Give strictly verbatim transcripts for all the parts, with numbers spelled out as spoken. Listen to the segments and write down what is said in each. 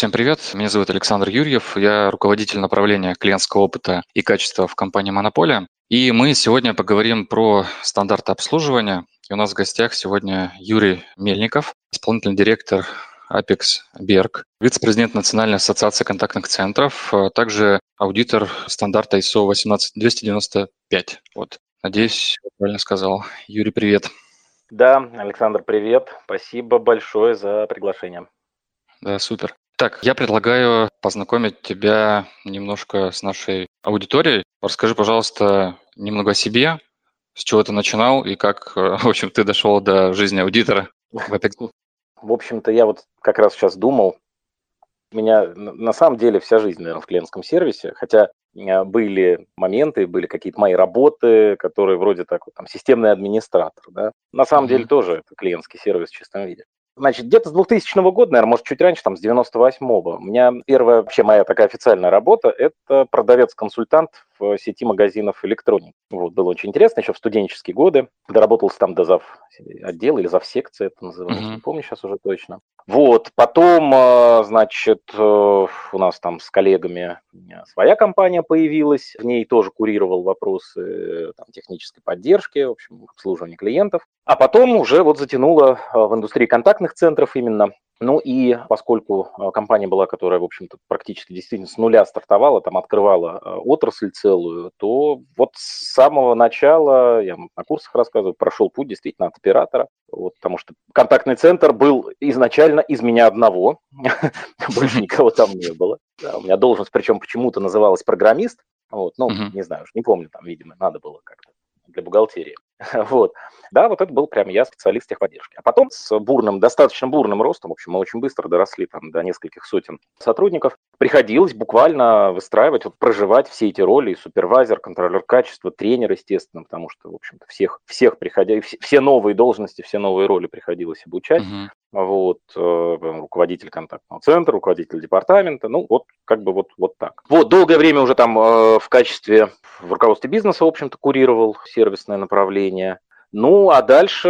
Всем привет, меня зовут Александр Юрьев, я руководитель направления клиентского опыта и качества в компании «Монополия». И мы сегодня поговорим про стандарты обслуживания. И у нас в гостях сегодня Юрий Мельников, исполнительный директор Apex Берг, вице-президент Национальной ассоциации контактных центров, а также аудитор стандарта ай эс о восемнадцать двести девяносто пять. Вот. Надеюсь, я правильно сказал. Юрий, привет. Да, Александр, привет. Спасибо большое за приглашение. Да, супер. Так, я предлагаю познакомить тебя немножко с нашей аудиторией. Расскажи, пожалуйста, немного о себе, с чего ты начинал и как, э, в общем, ты дошел до жизни аудитора в Apex. В общем-то, я вот как раз сейчас думал, у меня н- на самом деле вся жизнь, наверное, в клиентском сервисе, хотя э, были моменты, были какие-то мои работы, которые вроде так вот, там, системный администратор, да. На самом деле Мгм. тоже это клиентский сервис в чистом виде. Значит, где-то с двухтысячного года, наверное, может, чуть раньше, там, с девяносто восьмого, у меня первая вообще моя такая официальная работа – это продавец-консультант в сети магазинов электроники. Вот, было очень интересно, еще в студенческие годы. Доработался там до зав. Отдела или завсекции это называлось, не Мгм. помню сейчас уже точно. Вот, потом, э, значит, э, у нас там с коллегами э, своя компания появилась, в ней тоже курировал вопросы э, там, технической поддержки, в общем, обслуживания клиентов. А потом уже вот затянуло э, в индустрии контактных центров именно. Ну и поскольку э, компания была, которая, в общем-то, практически действительно с нуля стартовала, там открывала э, отрасль целую, то вот с самого начала, я вам на курсах рассказываю, прошел путь действительно от оператора. Вот, потому что контактный центр был изначально из меня одного, больше никого там не было. Да, у меня должность, причем почему-то называлась программист. Вот, ну, Мгм. не знаю, уж не помню, там, видимо, надо было как-то для бухгалтерии. Вот. Да, вот это был прям я специалист техподдержки. А потом с бурным, достаточно бурным ростом, в общем, мы очень быстро доросли там до нескольких сотен сотрудников, приходилось буквально выстраивать, вот проживать все эти роли, и супервайзер, контролер качества, тренер, естественно, потому что, в общем-то, всех, всех приходя, все, все новые должности, все новые роли приходилось обучать. Мгм. Вот, э, руководитель контактного центра, руководитель департамента, ну, вот, как бы вот, вот так. Вот, долгое время уже там э, в качестве, в руководстве бизнеса, в общем-то, курировал сервисное направление. Ну, а дальше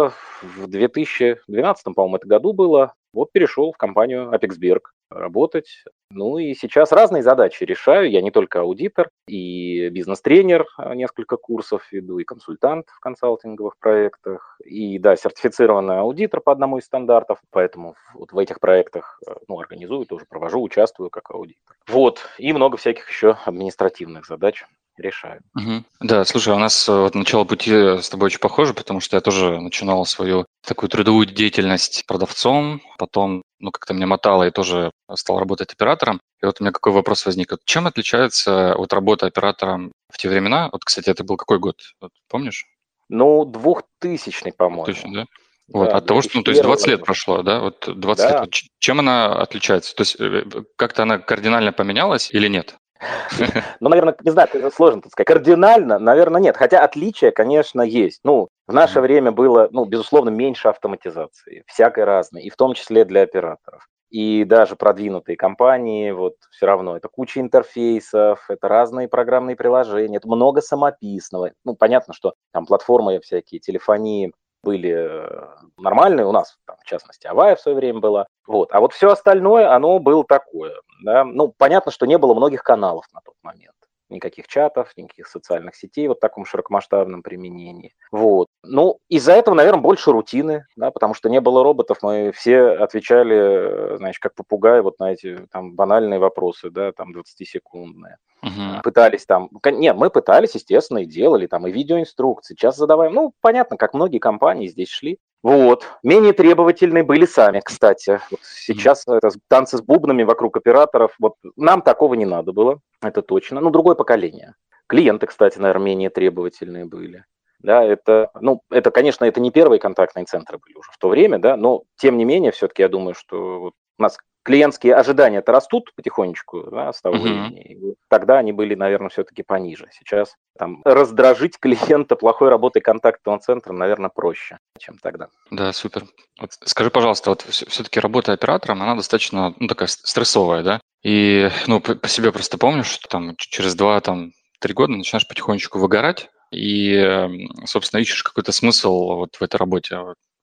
в две тысячи двенадцатом, по-моему, это году было, вот перешел в компанию Apex работать. Ну и сейчас разные задачи решаю. Я не только аудитор, и бизнес-тренер, а, несколько курсов веду, и консультант в консалтинговых проектах, и, да, сертифицированный аудитор по одному из стандартов, поэтому вот в этих проектах, э, ну, организую, тоже провожу, участвую как аудитор. Вот, и много всяких еще административных задач решаю. Мгм. Да, слушай, у нас э, вот начало пути с тобой очень похоже, потому что я тоже начинал свою такую трудовую деятельность продавцом, потом, ну, как-то меня мотало и тоже стал работать оператором. И вот у меня какой вопрос возник. Вот чем отличается от работы оператором в те времена? Вот, кстати, это был какой год? Вот помнишь? Ну, двухтысячный, Точно, по-моему. да? Вот, Да, от того, что, ну, то есть две тысячи первый, двадцать лет возможно. прошло, да? Вот двадцать лет. Да. Вот ч- чем она отличается? То есть э, э, как-то она кардинально поменялась или нет? Ну, наверное, не знаю, это сложно так сказать. Кардинально, наверное, нет. Хотя отличия, конечно, есть. Ну, в наше Мгм. время было, ну, безусловно, меньше автоматизации, всякой разной, и в том числе для операторов. И даже продвинутые компании, вот все равно, это куча интерфейсов, это разные программные приложения, это много самописного. Ну, понятно, что там платформы всякие, телефонии были э, нормальные у нас, там, в частности, Авая в свое время была. Вот. А вот все остальное, оно было такое. Да? Ну, понятно, что не было многих каналов на тот момент. Никаких чатов, никаких социальных сетей вот в таком широкомасштабном применении. Вот. Ну, из-за этого, наверное, больше рутины, да, потому что не было роботов, мы все отвечали, э, знаешь, как попугаи вот на эти там банальные вопросы, да, там двадцатисекундные. Мгм. А, Пытались там, кон- нет, мы пытались, естественно, и делали там и видеоинструкции, сейчас задаваем, ну, понятно, как многие компании здесь шли. Вот. Менее требовательные были сами, кстати. Вот Мгм. сейчас это танцы с бубнами вокруг операторов. Вот нам такого не надо было, это точно. Ну, другое поколение. Клиенты, кстати, наверное, менее требовательные были. Да, это, ну, это, конечно, это не первые контактные центры были уже в то время, да, но тем не менее, все-таки я думаю, что вот у нас клиентские ожидания-то растут потихонечку, да, с того Мгм. времени. И вот тогда они были, наверное, все-таки пониже. Сейчас там раздражить клиента плохой работой контактного центра, наверное, проще, чем тогда. Да, супер. Вот скажи, пожалуйста, вот все-таки работа оператором, она достаточно, ну, такая с- стрессовая, да? И, ну, по, по себе просто помню, что там ч- через два, там, три года начинаешь потихонечку выгорать и, эм, собственно, ищешь какой-то смысл вот в этой работе. Вот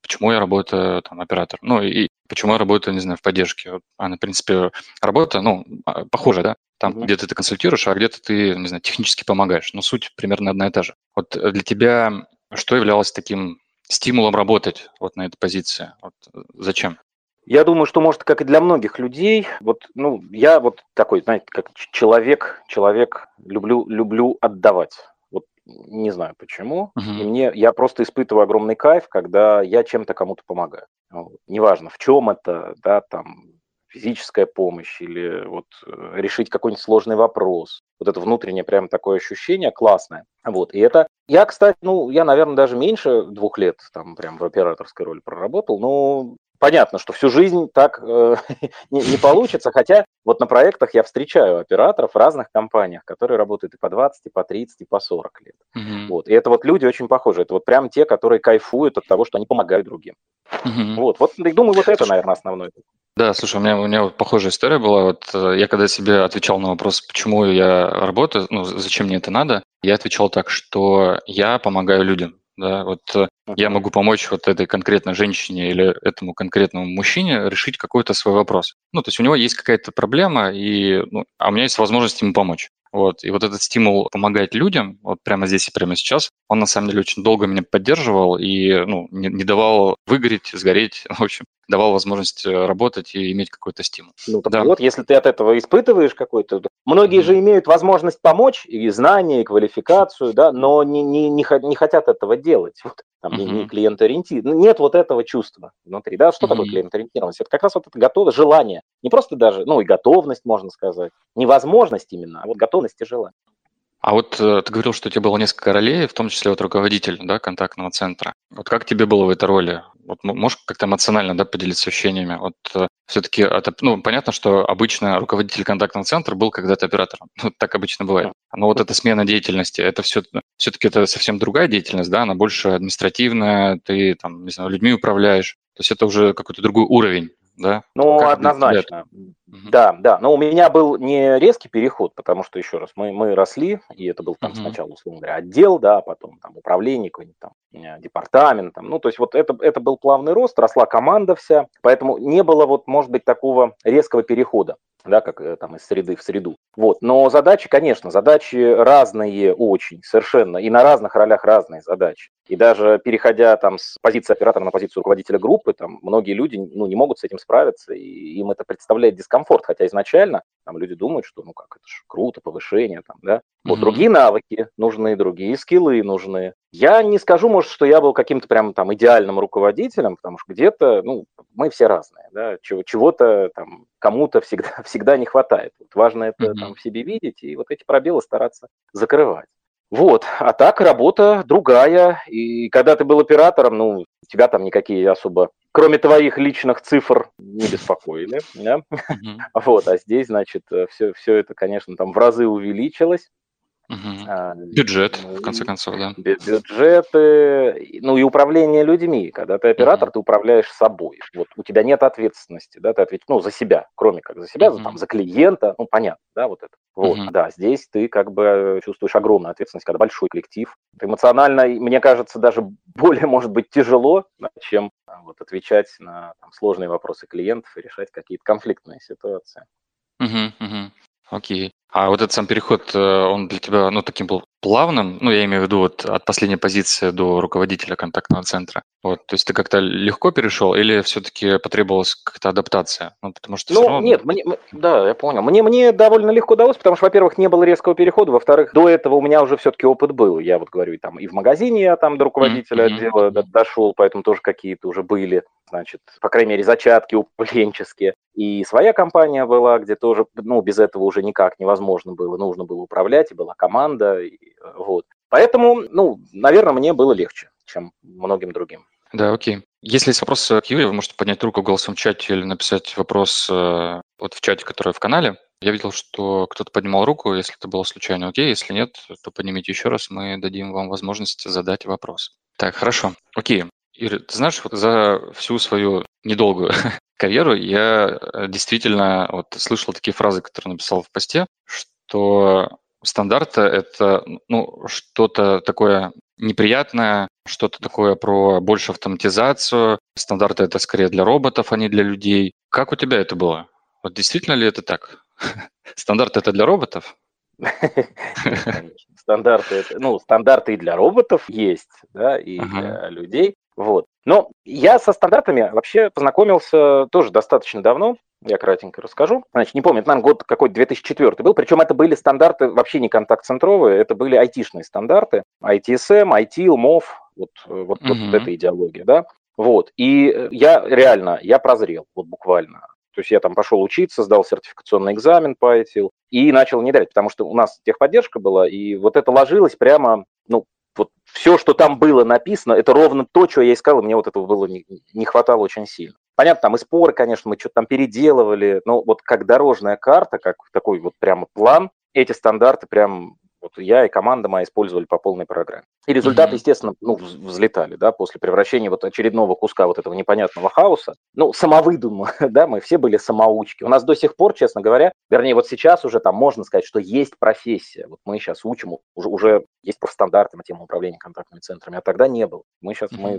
почему я работаю там оператором, ну и почему я работаю, не знаю, в поддержке. Вот она, в принципе, работа, ну, а, похожая, да? Там Мгм. где-то ты консультируешь, а где-то ты, не знаю, технически помогаешь. Но суть примерно одна и та же. Вот э, для тебя что являлось таким стимулом работать вот на этой позиции? Вот э, зачем? Я думаю, что, может, как и для многих людей, вот, ну, я вот такой, знаете, как ч- человек, человек, люблю, люблю отдавать. Вот не знаю почему. И Мгм. мне, я просто испытываю огромный кайф, когда я чем-то кому-то помогаю. Вот. Неважно, в чем это, да, там, физическая помощь или вот э, решить какой-нибудь сложный вопрос. Вот это внутреннее прям такое ощущение классное. Вот. И это я, кстати, ну, я, наверное, даже меньше двух лет там прям в операторской роли проработал, но понятно, что всю жизнь так э, не, не получится, хотя вот на проектах я встречаю операторов в разных компаниях, которые работают и по двадцать, и по тридцать, и по сорок лет. Мгм. Вот. И это вот люди очень похожи. Это вот прям те, которые кайфуют от того, что они помогают другим. Мгм. Вот, вот и думаю, вот это, Слушай, наверное, основное. да, слушай, у меня, у меня вот похожая история была. Вот э, я когда себе отвечал на вопрос, почему я работаю, ну, з- зачем мне это надо, я отвечал так, что я помогаю людям. Да, вот э, я Мгм. могу помочь вот этой конкретной женщине или этому конкретному мужчине решить какой-то свой вопрос. Ну, то есть у него есть какая-то проблема, и, ну, а у меня есть возможность ему помочь. Вот. И вот этот стимул помогать людям, вот прямо здесь и прямо сейчас, он на самом деле очень долго меня поддерживал и ну, не, не давал выгореть, сгореть, в общем, давал возможность э, работать и иметь какой-то стимул. Ну так Да. вот, если ты от этого испытываешь какой-то... Многие Мгм. же имеют возможность помочь, и знания, и квалификацию, да, но не, не, не, хо- не хотят этого делать. Вот, там, не, не Мгм. клиент-ориентированность. Нет вот этого чувства внутри. Да? Что такое Мгм. клиент-ориентированность? Это как раз вот это готовое желание. Не просто даже, ну и готовность, можно сказать. Невозможность именно, а вот готовность и желание. А вот э, ты говорил, что у тебя было несколько ролей, в том числе вот руководитель, да, контактного центра. Вот как тебе было в этой роли? Вот м- можешь как-то эмоционально, да, поделиться ощущениями? Вот все-таки это, ну, понятно, что обычно руководитель контактного центра был когда-то оператором. Ну, так обычно бывает. Но вот эта смена деятельности, это все, все-таки это совсем другая деятельность, да, она больше административная, ты там, не знаю, людьми управляешь. То есть это уже какой-то другой уровень, да? Ну, Как для тебя это? однозначно. Мгм. Да, да. Но у меня был не резкий переход, потому что, еще раз, мы, мы росли, и это был там Мгм. сначала, условно говоря, отдел, да, потом там управление, какой-нибудь там э, департамент. Там. Ну, то есть вот это, это был плавный рост, росла команда вся, поэтому не было вот, может быть, такого резкого перехода, да, как э, там из среды в среду. Вот. Но задачи, конечно, задачи разные очень, совершенно, и на разных ролях разные задачи. И даже переходя там с позиции оператора на позицию руководителя группы, там многие люди ну, не могут с этим справиться, и им это представляет дискомфорт, хотя изначально там люди думают, что ну как, это же круто, повышение, там, да. Вот Мгм. другие навыки нужны, другие скиллы нужны. Я не скажу, может, что я был каким-то прям там идеальным руководителем, потому что где-то, ну, мы все разные, да, чего- чего-то там кому-то всегда, всегда не хватает. Вот важно это там Мгм. в себе видеть и вот эти пробелы стараться закрывать. Вот, а так работа другая, и когда ты был оператором, ну, тебя там никакие особо, кроме твоих личных цифр, не беспокоили, да? Мгм. Вот, а здесь, значит, все, все это, конечно, там в разы увеличилось. Мгм. А, Бюджет, ну в конце и концов, да. бю- бюджеты, и- ну и управление людьми. Когда ты Мгм. оператор, ты управляешь собой. Вот у тебя нет ответственности, да, ты ответ, ну, за себя, кроме как за себя, за, там, Мгм. за клиента, ну, понятно, да, вот это. Вот, Мгм. да, здесь ты как бы чувствуешь огромную ответственность, когда большой коллектив. Это эмоционально, и, мне кажется, даже более, может быть, тяжело, да, чем а, вот, отвечать на там, сложные вопросы клиентов и решать какие-то конфликтные ситуации. Мгм. Мгм. Окей. А вот этот сам переход, э, он для тебя, ну, таким был плавным? Ну, я имею в виду вот от последней позиции до руководителя контактного центра. Вот, то есть ты как-то легко перешел или все-таки потребовалась какая-то адаптация? Ну, потому что все Ну, равно... нет, мне, м- да, я понял. Мне, мне довольно легко удалось, потому что, во-первых, не было резкого перехода, во-вторых, до этого у меня уже все-таки опыт был. Я вот говорю, и там и в магазине я там до М, руководителя мгм, отдела до- мгм, дошел, поэтому тоже какие-то уже были, значит, по крайней мере, зачатки управленческие. И своя компания была, где тоже, ну, без этого уже никак невозможно было, нужно было управлять, и была команда, и, э, вот. Поэтому, ну, наверное, мне было легче, чем многим другим. Да, окей. Если есть вопросы к Юрию, вы можете поднять руку в голосовом чате или написать вопрос э, вот в чате, который в канале. Я видел, что кто-то поднимал руку, если это было случайно, окей. Если нет, то поднимите еще раз, мы дадим вам возможность задать вопрос. Так, хорошо. Окей. Ира, ты знаешь, вот за всю свою недолгую карьеру я э, действительно вот слышал такие фразы, которые написал в посте, что стандарты — это ну, что-то такое неприятное, что-то такое про больше автоматизацию. Стандарты это скорее для роботов, а не для людей. Как у тебя это было? Вот действительно ли это так? Стандарты это для роботов? Нет, конечно. Стандарты, это, ну, стандарты и для роботов есть, да, и Ага. для людей. Вот. Но я со стандартами вообще познакомился тоже достаточно давно. Я кратенько расскажу. Значит, не помню, это, наверное, год какой-то две тысячи четвёртый был. Причем это были стандарты вообще не контакт-центровые, это были айтишные стандарты. ай ти эс эм, ай ти эл, мов, вот, вот, вот Мгм. эта идеология, да. Вот. И я реально, я прозрел, вот буквально. То есть я там пошел учиться, сдал сертификационный экзамен по ай ти эл и начал внедрять, потому что у нас техподдержка была, и вот это ложилось прямо, ну, вот все, что там было написано, это ровно то, что я искал, и мне вот этого было не, не хватало очень сильно. Понятно, там и споры, конечно, мы что-то там переделывали, но вот как дорожная карта, как такой вот прямо план, эти стандарты прям вот я и команда моя использовали по полной программе. И результаты, Мгм. естественно, ну, взлетали, да, после превращения вот очередного куска вот этого непонятного хаоса. Ну, самовыдума, да, мы все были самоучки. У нас до сих пор, честно говоря, вернее, вот сейчас уже там можно сказать, что есть профессия. Вот мы сейчас учим, уже, уже есть профстандарты на тему управления контактными центрами, а тогда не было. Мы сейчас, мы Мгм.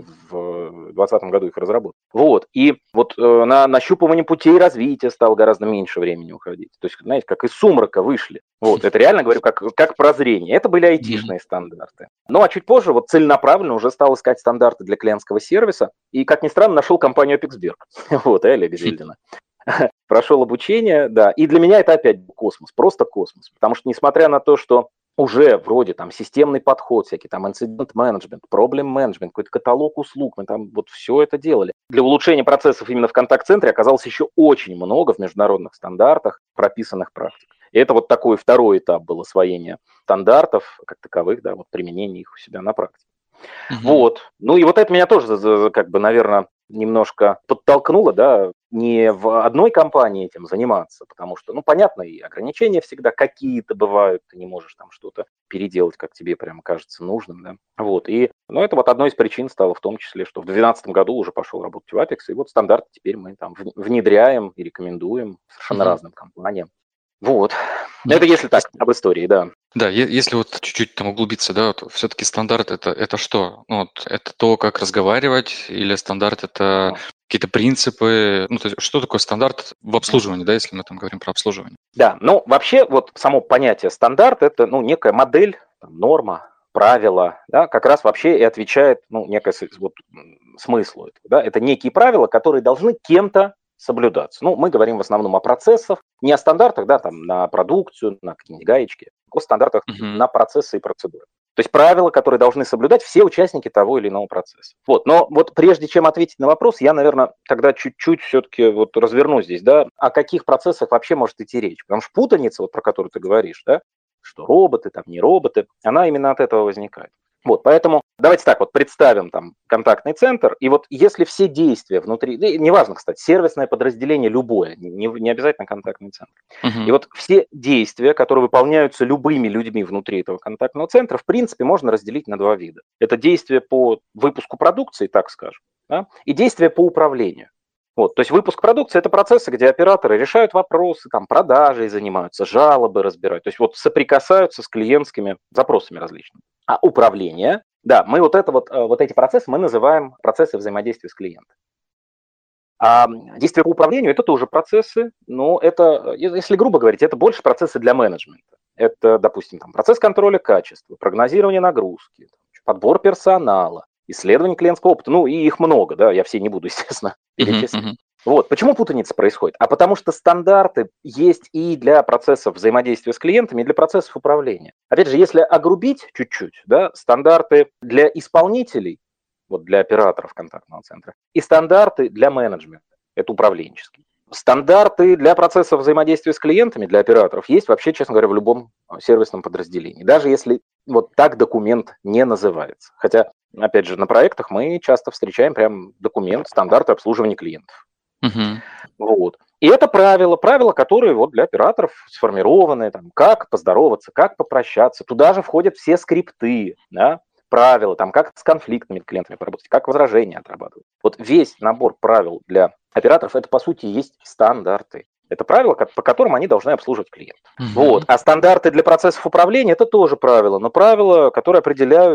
в двадцатом году их разработали. Вот, и вот э, на нащупывание путей развития стало гораздо меньше времени уходить. То есть, знаете, как из сумрака вышли. Вот, это реально говорю, как, как прозрение. Это были Мгм. айтишные стандарты. Ну, а чуть позже вот целенаправленно уже стал искать стандарты для клиентского сервиса. И, как ни странно, нашел компанию Apexberg. Вот, и Олега Зельдина. Прошел обучение, да. И для меня это опять космос, просто космос. Потому что, несмотря на то, что уже вроде там системный подход всякий, там инцидент менеджмент, проблем менеджмент, какой-то каталог услуг, мы там вот все это делали. Для улучшения процессов именно в контакт-центре оказалось еще очень много в международных стандартах прописанных практик. И это вот такой второй этап был освоения стандартов как таковых, да, вот применения их у себя на практике. Мгм. Вот. Ну и вот это меня тоже, как бы, наверное, немножко подтолкнуло, да, не в одной компании этим заниматься, потому что, ну, понятно, и ограничения всегда какие-то бывают, ты не можешь там что-то переделать, как тебе прямо кажется нужным, да. Вот, и, ну, это вот одной из причин стало в том числе, что в две тысячи двенадцатом году уже пошел работать в Apex, и вот стандарт теперь мы там внедряем и рекомендуем совершенно Мгм. разным компаниям. Вот. Это если так, об истории, да. Да, е- если вот чуть-чуть там углубиться, да, вот все-таки стандарт это, это что? Ну, вот это то, как разговаривать, или стандарт это Ага. какие-то принципы? Ну, то есть, что такое стандарт в Мгм. обслуживании, да, если мы там говорим про обслуживание? Да, ну вообще вот само понятие стандарт это ну некая модель, там, норма, правило, да, как раз вообще и отвечает ну некое с- вот, м, смыслу этого, да, это некие правила, которые должны кем-то соблюдаться. Ну, мы говорим в основном о процессах, не о стандартах, да, там на продукцию, на какие-нибудь гаечки, о стандартах Мгм. на процессы и процедуры. То есть правила, которые должны соблюдать все участники того или иного процесса. Вот. Но вот прежде чем ответить на вопрос, я, наверное, тогда чуть-чуть все-таки вот разверну здесь, да, о каких процессах вообще может идти речь. Потому что путаница, вот про которую ты говоришь, да, что роботы, там не роботы, она именно от этого возникает. Вот, поэтому давайте так вот представим там контактный центр, и вот если все действия внутри, да, и неважно, кстати, сервисное подразделение любое, не, не обязательно контактный центр, и Мгм. вот все действия, которые выполняются любыми людьми внутри этого контактного центра, в принципе, можно разделить на два вида. Это действия по выпуску продукции, так скажем, да, и действия по управлению. Вот, то есть выпуск продукции – это процессы, где операторы решают вопросы, там, продажей занимаются, жалобы разбирают, то есть вот соприкасаются с клиентскими запросами различными. А управление, да, мы вот, это вот, э, вот эти процессы мы называем процессы взаимодействия с клиентом. А действия по управлению – это тоже процессы, но это, е- если грубо говорить, это больше процессы для менеджмента. Это, допустим, там, процесс контроля качества, прогнозирование нагрузки, подбор персонала, исследование клиентского опыта. Ну, и их много, да, я все не буду, естественно, Мгм. перечислять. Мгм. Вот. Почему путаница происходит? А потому что стандарты есть и для процессов взаимодействия с клиентами, и для процессов управления. Опять же, если огрубить чуть-чуть, да, стандарты для исполнителей, вот для операторов контактного центра, и стандарты для менеджмента, это управленческий. Стандарты для процесса взаимодействия с клиентами, для операторов, есть вообще, честно говоря, в любом сервисном подразделении, даже если вот так документ не называется. Хотя, опять же, на проектах мы часто встречаем прям документ стандарты обслуживания клиентов. Мгм. Вот. И это правила, правила, которые вот для операторов сформированы, там, как поздороваться, как попрощаться. Туда же входят все скрипты, да, правила, там, как с конфликтными клиентами поработать, как возражения отрабатывать. Вот весь набор правил для операторов, это, по сути, есть стандарты. Это правила, по которым они должны обслуживать клиентов. Вот. Мгм. А стандарты для процессов управления – это тоже правила, но правила, которые определяют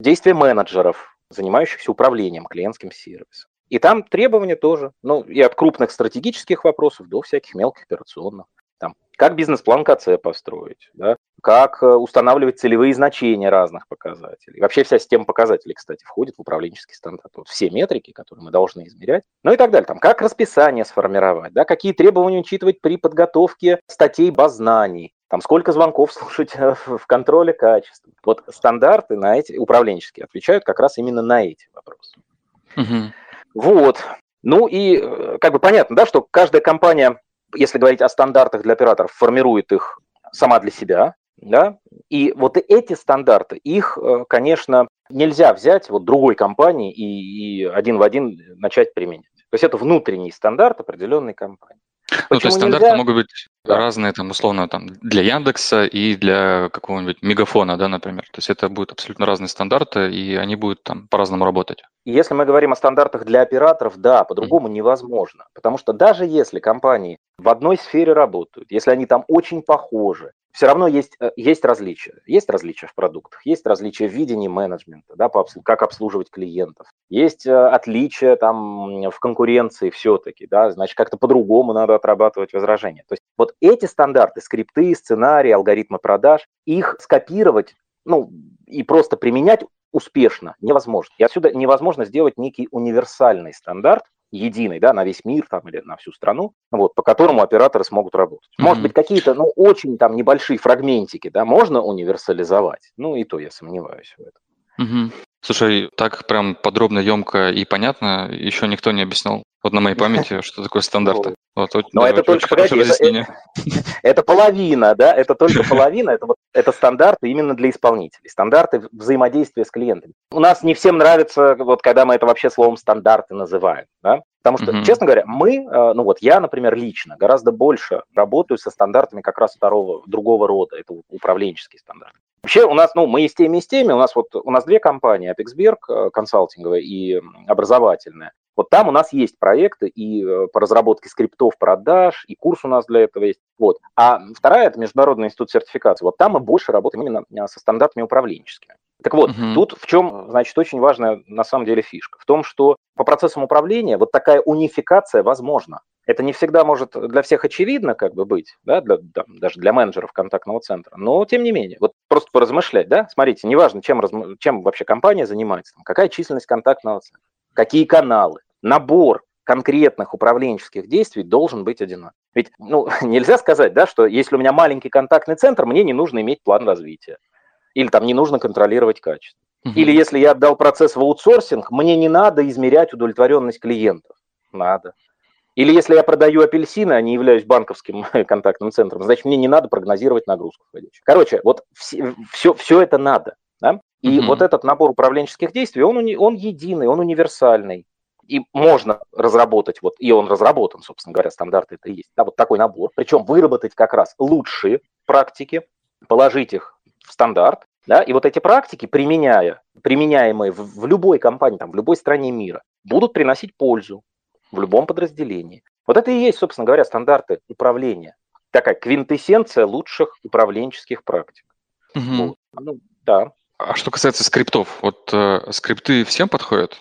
действия менеджеров, занимающихся управлением клиентским сервисом. И там требования тоже, ну, и от крупных стратегических вопросов до всяких мелких операционных. Там, как бизнес-план КЦ построить, да? Как устанавливать целевые значения разных показателей. Вообще вся система показателей, кстати, входит в управленческий стандарт. Вот все метрики, которые мы должны измерять, ну и так далее. Там, как расписание сформировать, да? Какие требования учитывать при подготовке статей баз знаний, там, сколько звонков слушать в контроле качества. Вот стандарты на эти управленческие отвечают как раз именно на эти вопросы. Угу. Вот. Ну и как бы понятно, да, что каждая компания, если говорить о стандартах для операторов, формирует их сама для себя, да, и вот эти стандарты, их, конечно, нельзя взять вот другой компании и, и один в один начать применять. То есть это внутренний стандарт определенной компании. Ну, то есть стандарты нельзя... могут быть да. разные, там, условно, там, для Яндекса и для какого-нибудь Мегафона, да, например. То есть это будут абсолютно разные стандарты, и они будут там по-разному работать. Если мы говорим о стандартах для операторов, да, по-другому mm-hmm. невозможно. Потому что даже если компании в одной сфере работают, если они там очень похожи, все равно есть, есть различия. Есть различия в продуктах, есть различия в видении менеджмента, да, по обслуж... как обслуживать клиентов. Есть отличия там в конкуренции все-таки, да, значит, как-то по-другому надо отрабатывать возражения. То есть вот эти стандарты, скрипты, сценарии, алгоритмы продаж, их скопировать, ну, и просто применять успешно невозможно. И отсюда невозможно сделать некий универсальный стандарт, единый, да, на весь мир там, или на всю страну, вот, по которому операторы смогут работать. Mm-hmm. Может быть, какие-то, ну, очень там небольшие фрагментики, да, можно универсализовать, ну, и то я сомневаюсь в этом. Mm-hmm. Слушай, так прям подробно, емко и понятно еще никто не объяснял. Вот на моей памяти, что такое стандарты. Вот, но это только, погоди, это, это половина, да, это только половина, это, вот, это стандарты именно для исполнителей, стандарты взаимодействия с клиентами. У нас не всем нравится, вот, когда мы это вообще словом стандарты называем, да, потому что, uh-huh. честно говоря, мы, ну вот я, например, лично гораздо больше работаю со стандартами как раз второго, другого рода, это управленческие стандарты. Вообще у нас, ну, мы и с теми, и с теми, у нас вот, у нас две компании, Apexberg, консалтинговая и образовательная. Вот там у нас есть проекты и по разработке скриптов продаж, и курс у нас для этого есть. Вот. А вторая – это Международный институт сертификации. Вот там мы больше работаем именно со стандартами управленческими. Так вот, uh-huh. тут в чем, значит, очень важная на самом деле фишка? В том, что по процессам управления вот такая унификация возможна. Это не всегда может для всех очевидно как бы быть, да, для, да, даже для менеджеров контактного центра, но тем не менее, вот просто поразмышлять, да, смотрите, неважно, чем, разм... чем вообще компания занимается, там, какая численность контактного центра, какие каналы, набор конкретных управленческих действий должен быть одинаков. Ведь ну, нельзя сказать, да, что если у меня маленький контактный центр, мне не нужно иметь план развития. Или там не нужно контролировать качество. Uh-huh. Или если я отдал процесс в аутсорсинг, мне не надо измерять удовлетворенность клиентов. Надо. Или если я продаю апельсины, а не являюсь банковским контактным центром, значит, мне не надо прогнозировать нагрузку входящую. Короче, вот все, все, все это надо. Да? И uh-huh. вот этот набор управленческих действий, он, он единый, он универсальный. И можно разработать, вот, и он разработан, собственно говоря, стандарты это и есть, да, вот такой набор. Причем выработать как раз лучшие практики, положить их в стандарт, да, и вот эти практики, применяя, применяемые в, в любой компании, там, в любой стране мира, будут приносить пользу в любом подразделении. Вот это и есть, собственно говоря, стандарты управления. Такая квинтэссенция лучших управленческих практик. Угу. Вот. Ну, да. А что касается скриптов, вот э, скрипты всем подходят?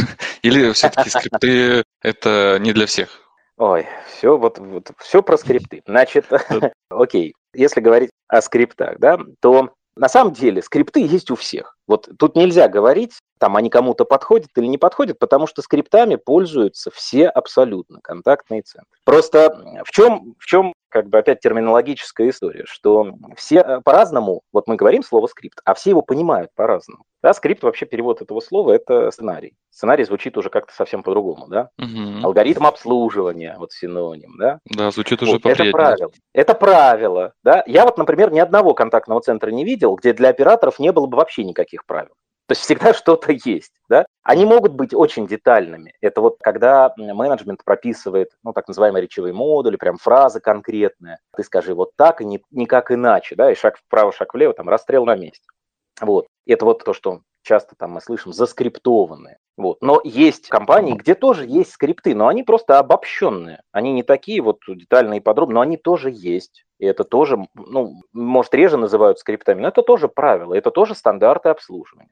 Или все-таки скрипты это не для всех? Ой, все, вот, вот, все про скрипты. Значит, окей, если говорить о скриптах, да, то на самом деле скрипты есть у всех. Вот тут нельзя говорить, там они кому-то подходят или не подходят, потому что скриптами пользуются все абсолютно контактные центры. Просто в чем, в чем как бы опять терминологическая история, что все по-разному, вот мы говорим слово скрипт, а все его понимают по-разному. Да, скрипт, вообще перевод этого слова, это сценарий. Сценарий звучит уже как-то совсем по-другому, да? Угу. Алгоритм обслуживания, вот синоним, да? Да, звучит уже вот, поприятнее. Это правило. Это правило, да? Я вот, например, ни одного контактного центра не видел, где для операторов не было бы вообще никаких правил. То есть всегда что-то есть, да? Они могут быть очень детальными. Это вот когда менеджмент прописывает, ну, так называемые речевые модули, прям фразы конкретные. Ты скажи вот так и не, никак иначе, да? И шаг вправо, шаг влево, там, расстрел на месте. Вот. Это вот то, что часто там мы слышим, заскриптованные. Вот. Но есть компании, где тоже есть скрипты, но они просто обобщенные. Они не такие вот детальные и подробные, но они тоже есть. И это тоже, ну, может, реже называют скриптами, но это тоже правила, это тоже стандарты обслуживания.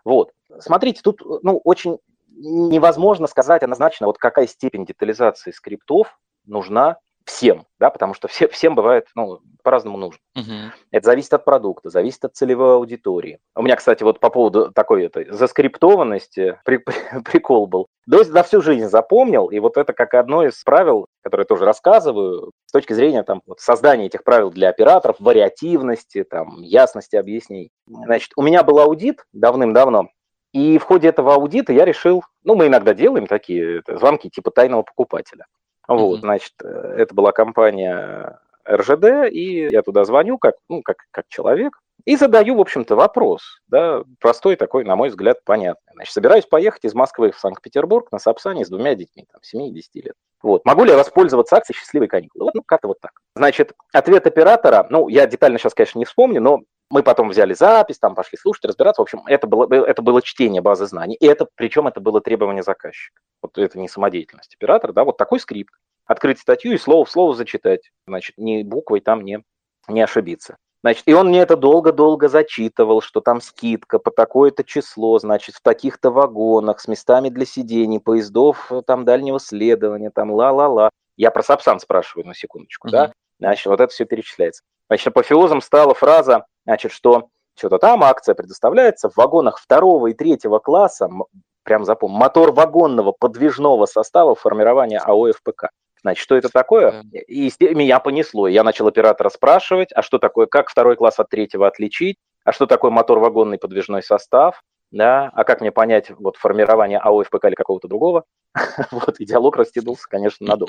Вот. Смотрите, тут ну, очень невозможно сказать однозначно, вот какая степень детализации скриптов нужна всем, да, потому что все, всем бывает, ну, по-разному нужно. Мгм. Это зависит от продукта, зависит от целевой аудитории. У меня, кстати, вот по поводу такой этой заскриптованности при- при- прикол был. То есть за всю жизнь запомнил, и вот это как одно из правил, которое я тоже рассказываю, с точки зрения там, вот, создания этих правил для операторов, вариативности, там, ясности объяснений. Значит, у меня был аудит давным-давно, и в ходе этого аудита я решил, ну, мы иногда делаем такие это, звонки типа тайного покупателя. Вот, Мгм. значит, э, это была компания эр жэ дэ, и я туда звоню как, ну, как, как человек и задаю, в общем-то, вопрос, да, простой такой, на мой взгляд, понятный. Значит, собираюсь поехать из Москвы в Санкт-Петербург на Сапсане с двумя детьми, там, семь и десять лет. Вот. Могу ли я воспользоваться акцией «Счастливые каникулы»? Вот, ну, как-то вот так. Значит, ответ оператора, ну, я детально сейчас, конечно, не вспомню, но мы потом взяли запись, там пошли слушать, разбираться. В общем, это было, это было чтение базы знаний. И это, причем это было требование заказчика. Вот это не самодеятельность оператора, да, вот такой скрипт. Открыть статью и слово в слово зачитать. Значит, ни буквой там не, не ошибиться. Значит, и он мне это долго-долго зачитывал, что там скидка по такое-то число, значит, в таких-то вагонах, с местами для сидений, поездов там дальнего следования, там ла-ла-ла. Я про Сапсан спрашиваю на секундочку, да? Мгм. Значит, вот это все перечисляется. Значит, апофеозом стала фраза, значит, что что-то там акция предоставляется в вагонах второго и третьего класса, прям запомнил, мотор вагонного подвижного состава формирования АО эф пэ ка. Значит, что это такое? Да. И меня понесло. Я начал оператора спрашивать, а что такое, как второй класс от третьего отличить, а что такое мотор-вагонный подвижной состав, да, а как мне понять вот формирование АО эф пэ ка или какого-то другого. Вот, и диалог растянулся, конечно, надолго.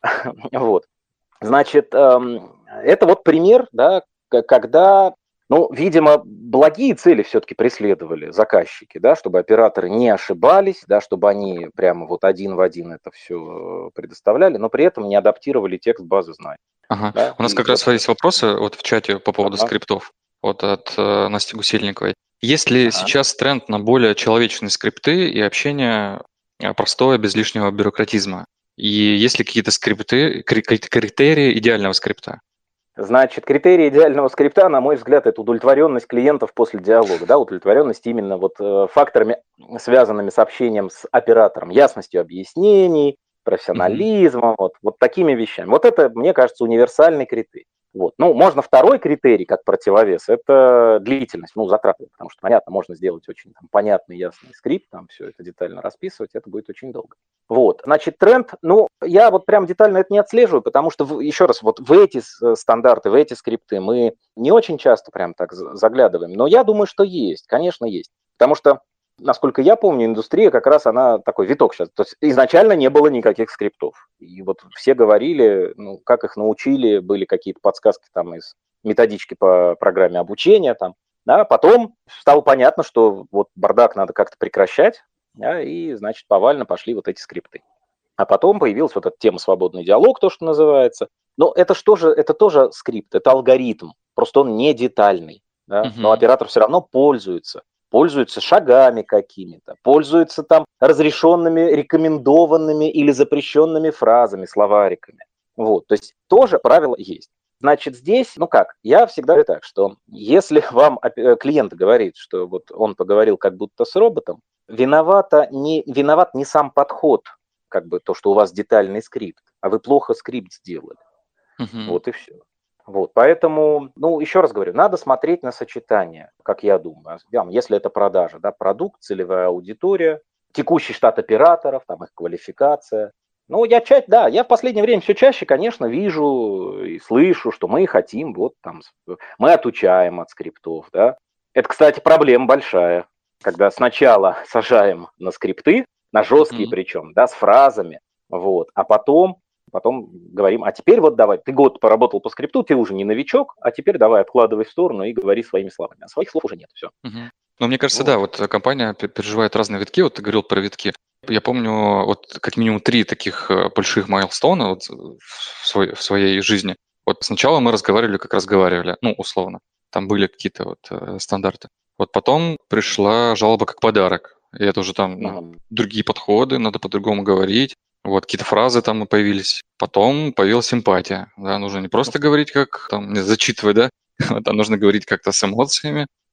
Вот. Значит, это вот пример, да, когда, ну, видимо, благие цели все-таки преследовали заказчики, да, чтобы операторы не ошибались, да, чтобы они прямо вот один в один это все предоставляли, но при этом не адаптировали текст базы знаний. Ага. Да, У нас и как вот, раз есть вопросы вот в чате по поводу ага, скриптов вот от э, Насти Гусельниковой. Есть ли ага. сейчас тренд на более человечные скрипты и общение э, простое, без лишнего бюрократизма? И есть ли какие-то скрипты, кри- какие-то критерии идеального скрипта? Значит, критерий идеального скрипта, на мой взгляд, это удовлетворенность клиентов после диалога, да, удовлетворенность именно вот э, факторами, связанными с общением с оператором, ясностью объяснений, Мгм. профессионализмом, вот, вот такими вещами. Вот это, мне кажется, универсальный критерий. Вот. Ну, можно второй критерий, как противовес, это длительность, ну, затраты, потому что, понятно, можно сделать очень там, понятный, ясный скрипт, там все это детально расписывать, это будет очень долго. Вот, значит, тренд, ну, я вот прям детально это не отслеживаю, потому что, в- еще раз, вот в эти с- стандарты, в эти скрипты мы не очень часто прям так за- заглядываем, но я думаю, что есть, конечно, есть. Потому что, насколько я помню, индустрия как раз, она такой виток сейчас. То есть изначально не было никаких скриптов. И вот все говорили, ну, как их научили, были какие-то подсказки там из методички по программе обучения там. Да, потом стало понятно, что вот бардак надо как-то прекращать, да, и, значит, повально пошли вот эти скрипты. А потом появилась вот эта тема «свободный диалог», то, что называется. Но это что же, это тоже скрипт, это алгоритм, просто он не детальный, да? Но Мгм. оператор все равно пользуется, пользуется шагами какими-то, пользуется там разрешенными, рекомендованными или запрещенными фразами, словариками. Вот, то есть тоже правило есть. Значит, здесь, ну как, я всегда говорю так, что если вам опе- клиент говорит, что вот он поговорил как будто с роботом, виновата не, виноват не сам подход, как бы то, что у вас детальный скрипт, а вы плохо скрипт сделали. Мгм. Вот и все. Вот, поэтому, ну, еще раз говорю, надо смотреть на сочетание, как я думаю. Если это продажа, да, продукт, целевая аудитория, текущий штат операторов, там их квалификация. Ну, я ча- да, я в последнее время все чаще, конечно, вижу и слышу, что мы хотим, вот там, мы отучаем от скриптов, да. Это, кстати, проблема большая, когда сначала сажаем на скрипты, на жесткие Мгм. причем, да, с фразами, вот, а потом Потом говорим, а теперь вот давай, ты год поработал по скрипту, ты уже не новичок, а теперь давай откладывай в сторону и говори своими словами. А своих слов уже нет, все. Мгм. Ну, мне кажется, да, Вот. вот э, компания пе- переживает разные витки. Вот ты говорил про витки. Я помню вот как минимум три таких э, больших майлстоуна вот, э, в, свой- в своей жизни. Вот сначала мы разговаривали, как разговаривали, ну, условно. Там были какие-то вот э, стандарты. Вот потом пришла жалоба как подарок. И это уже там ну, Мгм. другие подходы, надо по-другому говорить. Вот какие-то фразы там и появились. Потом появилась симпатия. Да, нужно не просто говорить как там, не зачитывать, да, вот, а нужно говорить как-то с эмоциями.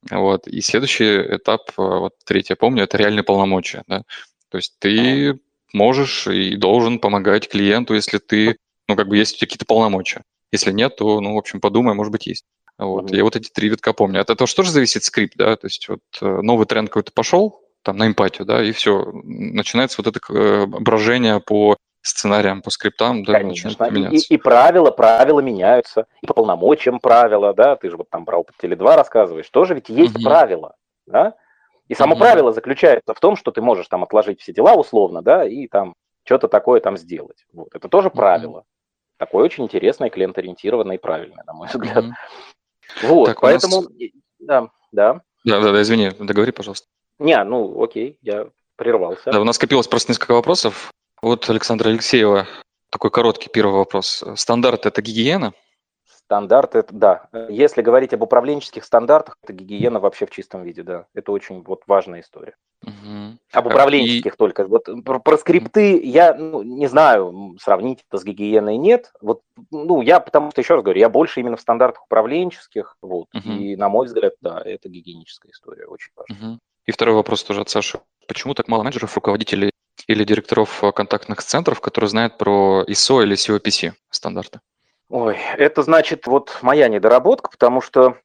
Вот. И следующий этап, э, вот третий, я помню, это реальные полномочия, да. То есть ты можешь и должен помогать клиенту, если ты, ну, как бы есть у тебя какие-то полномочия. Если нет, то, ну, в общем, подумай, может быть, есть. Вот. Мгм. Я вот эти три витка помню. От этого же тоже зависит скрипт, да, то есть вот э, новый тренд какой-то пошел, там, на эмпатию, да, и все, начинается вот это э, брожение по сценариям, по скриптам, да, начинает Конечно. И, и, меняться. и правила, правила меняются, и по полномочиям правила, да, ты же вот там про опыт Теле два рассказываешь, тоже ведь есть Мгм. правила, да, и само Мгм. правило заключается в том, что ты можешь там отложить все дела условно, да, и там что-то такое там сделать. Вот. Это тоже Мгм. правило. Такое очень интересное, клиентоориентированное и правильное, на мой взгляд. Мгм. Вот, Так, у нас... поэтому, и- да, да. Да, да, да, извини, договори, пожалуйста. Не, ну окей, я прервался. Да, у нас скопилось просто несколько вопросов. Вот Александра Алексеева, такой короткий первый вопрос. Стандарт – это гигиена? Стандарт, это да. Если говорить об управленческих стандартах, это гигиена вообще в чистом виде, да. Это очень вот важная история. Мгм. Об А, И управленческих только. Вот про, про Мгм. скрипты я ну, не знаю, м, сравнить это с гигиеной нет. Вот, ну, я, потому что, еще раз говорю, я больше именно в стандартах управленческих. Вот. Мгм. И, на мой взгляд, да, это гигиеническая история, очень важная. Мгм. И второй вопрос тоже от Саши. Почему так мало менеджеров, руководителей или директоров э, контактных центров, которые знают про ай эс о или си о пи си стандарты? Ой, это значит вот моя недоработка, потому что,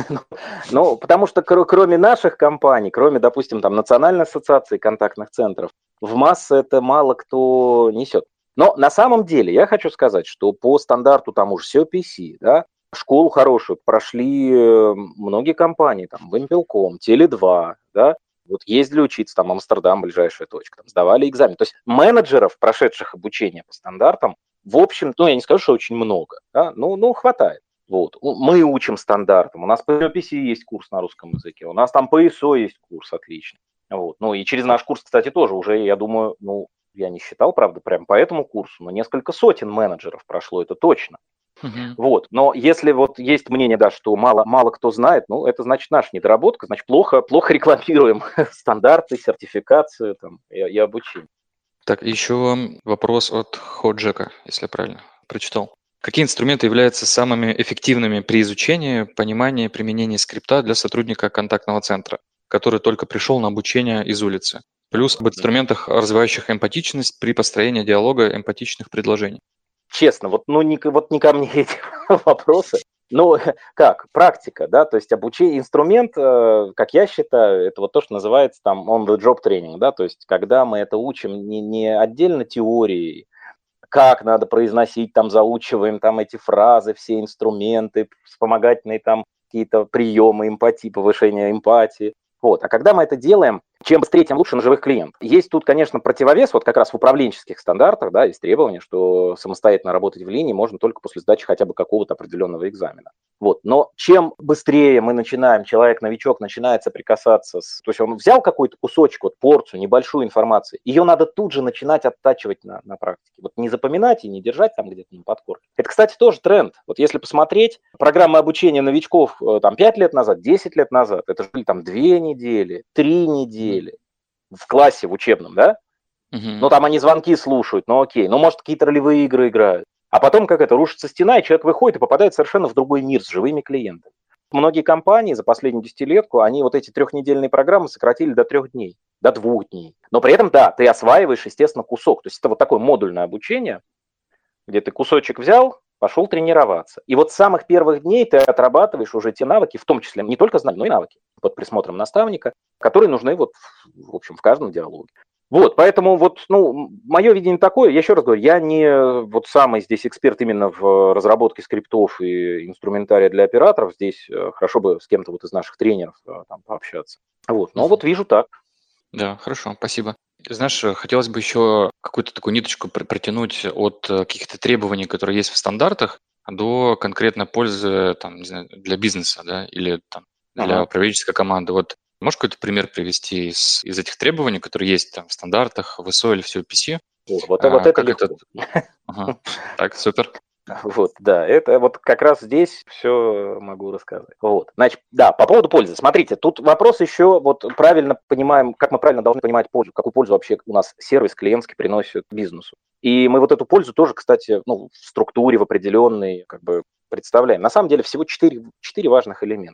ну, потому что кро- кроме наших компаний, кроме, допустим, там Национальной ассоциации контактных центров, в массы это мало кто несет. Но на самом деле я хочу сказать, что по стандарту тому же си о пи си, да, школу хорошую прошли э, многие компании, там, Вимпелком, Теле два, да, вот ездили учиться, там, Амстердам, ближайшая точка, там, сдавали экзамен. То есть менеджеров, прошедших обучение по стандартам, в общем, ну, я не скажу, что очень много, да, ну, ну, хватает. Вот. Мы учим стандартам, у нас по си о пи си есть курс на русском языке, у нас там по ай эс о есть курс, отлично. Вот. Ну, и через наш курс, кстати, тоже уже, я думаю, ну, я не считал, правда, прям по этому курсу, но несколько сотен менеджеров прошло, это точно. Мгм. Вот. Но если вот есть мнение, да, что мало, мало кто знает, ну, это значит наша недоработка, значит, плохо, плохо рекламируем стандарты, сертификацию там, и, и обучение. Так, еще вопрос от Ходжека, если я правильно прочитал. Какие инструменты являются самыми эффективными при изучении, понимании, применении скрипта для сотрудника контактного центра, который только пришел на обучение из улицы? Плюс об инструментах, развивающих эмпатичность при построении диалога эмпатичных предложений. Честно, вот, ну, не, вот не ко мне эти вопросы. Ну, как, практика, да, то есть обучение, инструмент, э, как я считаю, это вот то, что называется там on-the-job тренинг, да, то есть когда мы это учим не, не отдельно теорией, как надо произносить, там заучиваем там эти фразы, все инструменты, вспомогательные там какие-то приемы эмпатии, повышения эмпатии. Вот. А когда мы это делаем, чем быстрее, тем лучше на живых клиентов. Есть тут, конечно, противовес, вот как раз в управленческих стандартах, да, есть требование, что самостоятельно работать в линии можно только после сдачи хотя бы какого-то определенного экзамена. Вот. Но чем быстрее мы начинаем, человек-новичок начинает соприкасаться с... То есть он взял какой-то кусочек, вот порцию, небольшую информации, ее надо тут же начинать оттачивать на, на практике. Вот не запоминать и не держать там где-то на подкорке. Это, кстати, тоже тренд. Вот если посмотреть, программы обучения новичков э, там пять лет назад, десять лет назад, это же были там две недели, три Мгм. недели в классе, в учебном, да? Мгм. Ну, там они звонки слушают, ну окей, ну, может, какие-то ролевые игры играют. А потом, как это, рушится стена, и человек выходит и попадает совершенно в другой мир с живыми клиентами. Многие компании за последнюю десятилетку, они вот эти трехнедельные программы сократили до трех дней, до двух дней. Но при этом, да, ты осваиваешь, естественно, кусок. То есть это вот такое модульное обучение, где ты кусочек взял, пошел тренироваться. И вот с самых первых дней ты отрабатываешь уже те навыки, в том числе не только знания, но и навыки под присмотром наставника, которые нужны вот, в общем, в каждом диалоге. Вот, поэтому вот, ну, мое видение такое, я еще раз говорю, я не вот самый здесь эксперт именно в разработке скриптов и инструментария для операторов, здесь э, хорошо бы с кем-то вот из наших тренеров э, там пообщаться. Вот, но Мгм. вот вижу так. Да, хорошо, спасибо. Знаешь, э, хотелось бы еще какую-то такую ниточку пр- протянуть от э, каких-то требований, которые есть в стандартах, до конкретной пользы там, не знаю, для бизнеса, да, или там, для Мгм. управленческой команды. Вот можешь какой-то пример привести из, из этих требований, которые есть там в стандартах, в ай эс о или в си о пи си? О, вот, вот А, это как этот... легко. Ага. Так, супер. Вот, да, это вот как раз здесь все могу рассказать. Вот, значит, да, по поводу пользы. Смотрите, тут вопрос еще, вот правильно понимаем, как мы правильно должны понимать пользу, какую пользу вообще у нас сервис клиентский приносит бизнесу. И мы вот эту пользу тоже, кстати, ну, в структуре, в определенной, как бы представляем. На самом деле всего четыре, четыре важных элемента.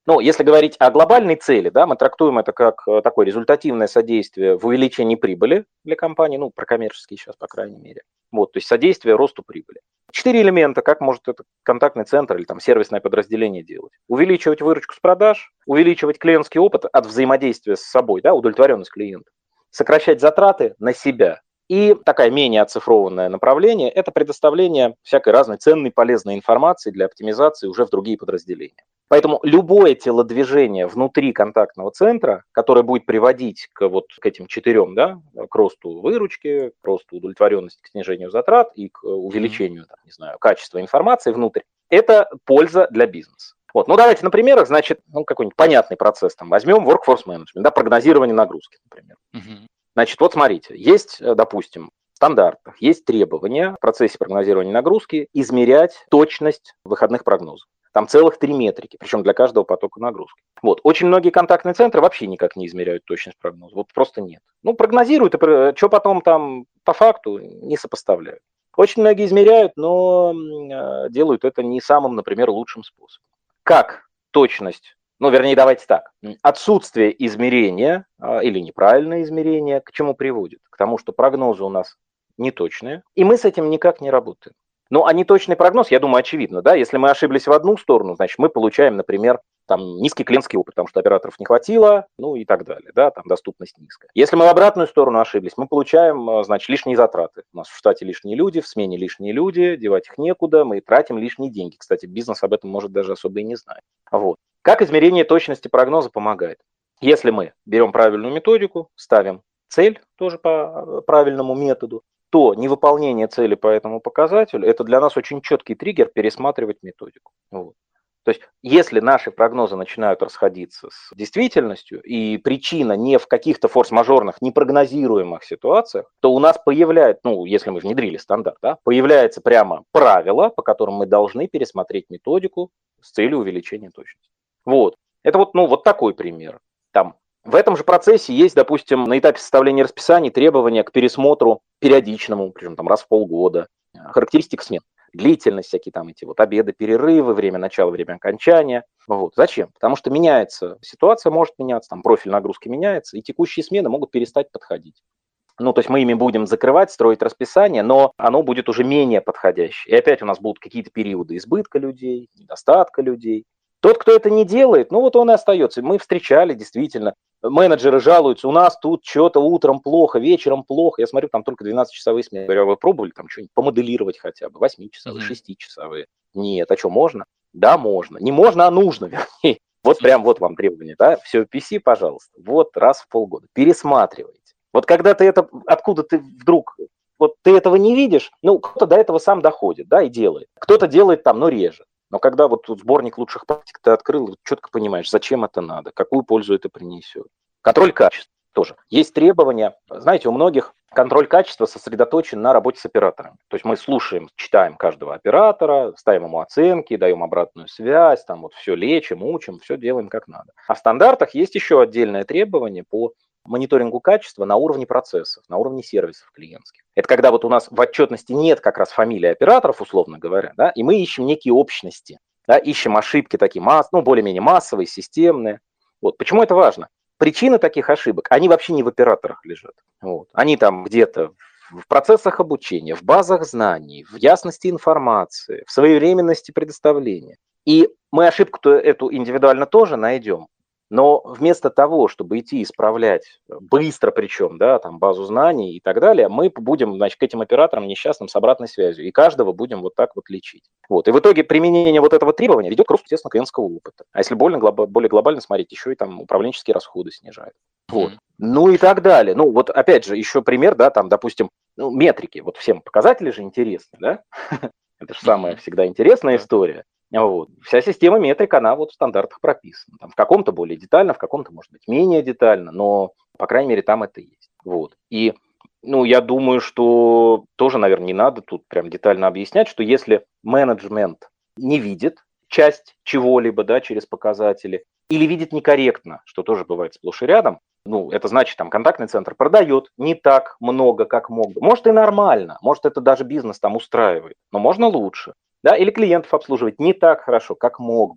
Ну, если говорить о глобальной цели, да, мы трактуем это как такое результативное содействие в увеличении прибыли для компании, ну, про коммерческие сейчас, по крайней мере. Вот, то есть содействие росту прибыли. Четыре элемента, как может этот контактный центр или там сервисное подразделение делать. Увеличивать выручку с продаж, увеличивать клиентский опыт от взаимодействия с собой, да, удовлетворенность клиента, сокращать затраты на себя. И такое менее оцифрованное направление – это предоставление всякой разной ценной, полезной информации для оптимизации уже в другие подразделения. Поэтому любое телодвижение внутри контактного центра, которое будет приводить к, вот, к этим четырем, да, к росту выручки, к росту удовлетворенности, к снижению затрат и к увеличению, там, не знаю, качества информации внутрь, это польза для бизнеса. Вот. Ну, давайте на примерах, значит, ну, какой-нибудь понятный процесс. Там, возьмем workforce management, да, прогнозирование нагрузки, например. Uh-huh. Значит, вот смотрите, есть, допустим, в стандартах, есть требования в процессе прогнозирования нагрузки измерять точность выходных прогнозов. Там целых три метрики, причем для каждого потока нагрузки. Вот. Очень многие контактные центры вообще никак не измеряют точность прогноза. Вот просто нет. Ну, прогнозируют, и что потом там по факту не сопоставляют. Очень многие измеряют, но делают это не самым, например, лучшим способом. Как точность? Ну, вернее, давайте так. Отсутствие измерения или неправильное измерение к чему приводит? К тому, что прогнозы у нас неточные, и мы с этим никак не работаем. Ну, а неточный прогноз, я думаю, очевидно, да, если мы ошиблись в одну сторону, значит, мы получаем, например, там, низкий клиентский опыт, потому что операторов не хватило, ну и так далее, да, там доступность низкая. Если мы в обратную сторону ошиблись, мы получаем, значит, лишние затраты. У нас в штате лишние люди, в смене лишние люди, девать их некуда, мы тратим лишние деньги. Кстати, бизнес об этом может даже особо и не знать. Вот. Как измерение точности прогноза помогает? Если мы берем правильную методику, ставим цель тоже по правильному методу, то невыполнение цели по этому показателю – это для нас очень четкий триггер пересматривать методику. Вот. То есть, если наши прогнозы начинают расходиться с действительностью, и причина не в каких-то форс-мажорных, непрогнозируемых ситуациях, то у нас появляется, ну, если мы внедрили стандарт, да, появляется прямо правило, по которым мы должны пересмотреть методику с целью увеличения точности. Вот. Это вот, ну, вот такой пример. Там в этом же процессе есть, допустим, на этапе составления расписаний требования к пересмотру периодичному, причем там раз в полгода, характеристик смен, длительность, всякие там эти вот обеды, перерывы, время начала, время окончания. Вот. Зачем? Потому что меняется ситуация, может меняться, там профиль нагрузки меняется, и текущие смены могут перестать подходить. Ну, то есть мы ими будем закрывать, строить расписание, но оно будет уже менее подходящее. И опять у нас будут какие-то периоды избытка людей, недостатка людей. Тот, кто это не делает, ну вот он и остается. Мы встречали, действительно, менеджеры жалуются, у нас тут что-то утром плохо, вечером плохо. Я смотрю, там только двенадцатичасовые смены. Я говорю, вы пробовали там что-нибудь помоделировать хотя бы, восьмичасовые, шестичасовые? Нет, а что, можно? Да, можно. Не можно, а нужно, вернее. Вот прям вот вам требования, да, все пи си, пожалуйста, вот раз в полгода. Пересматривайте. Вот когда ты это, откуда ты вдруг, вот ты этого не видишь, ну, кто-то до этого сам доходит, да, и делает. Кто-то делает там, но реже. Но когда вот тут сборник лучших практик ты открыл, четко понимаешь, зачем это надо, какую пользу это принесет. Контроль качества тоже. Есть требования. Знаете, у многих контроль качества сосредоточен на работе с операторами. То есть мы слушаем, читаем каждого оператора, ставим ему оценки, даем обратную связь, там вот все лечим, учим, все делаем как надо. А в стандартах есть еще отдельное требование по мониторингу качества на уровне процессов, на уровне сервисов клиентских. Это когда вот у нас в отчетности нет как раз фамилии операторов, условно говоря, да, и мы ищем некие общности, да, ищем ошибки такие, масс, ну, более-менее массовые, системные. Вот. Почему это важно? Причины таких ошибок, они вообще не в операторах лежат. Вот. Они там где-то в процессах обучения, в базах знаний, в ясности информации, в своевременности предоставления. И мы ошибку-то эту индивидуально тоже найдем. Но вместо того, чтобы идти исправлять быстро, причем, да, там, базу знаний и так далее, мы будем, значит, к этим операторам несчастным с обратной связью, и каждого будем вот так вот лечить. Вот. И в итоге применение вот этого требования ведет к росту, естественно, клиентского опыта. А если более, более глобально смотреть, еще и там управленческие расходы снижает. Вот. Mm-hmm. Ну и так далее. Ну вот опять же, еще пример, да, там, допустим, ну, метрики. Вот всем показатели же интересны, да? Это же самая всегда интересная история. Вот. Вся система метрик, она вот в стандартах прописана. Там в каком-то более детально, в каком-то, может быть, менее детально, но, по крайней мере, там это есть. Вот. И, ну, я думаю, что тоже, наверное, не надо тут прям детально объяснять, что если менеджмент не видит часть чего-либо, да, через показатели, или видит некорректно, что тоже бывает сплошь и рядом, ну, это значит, там, контактный центр продает не так много, как мог бы. Может, и нормально, может, это даже бизнес там устраивает, но можно лучше. Да, или клиентов обслуживать не так хорошо, как мог бы.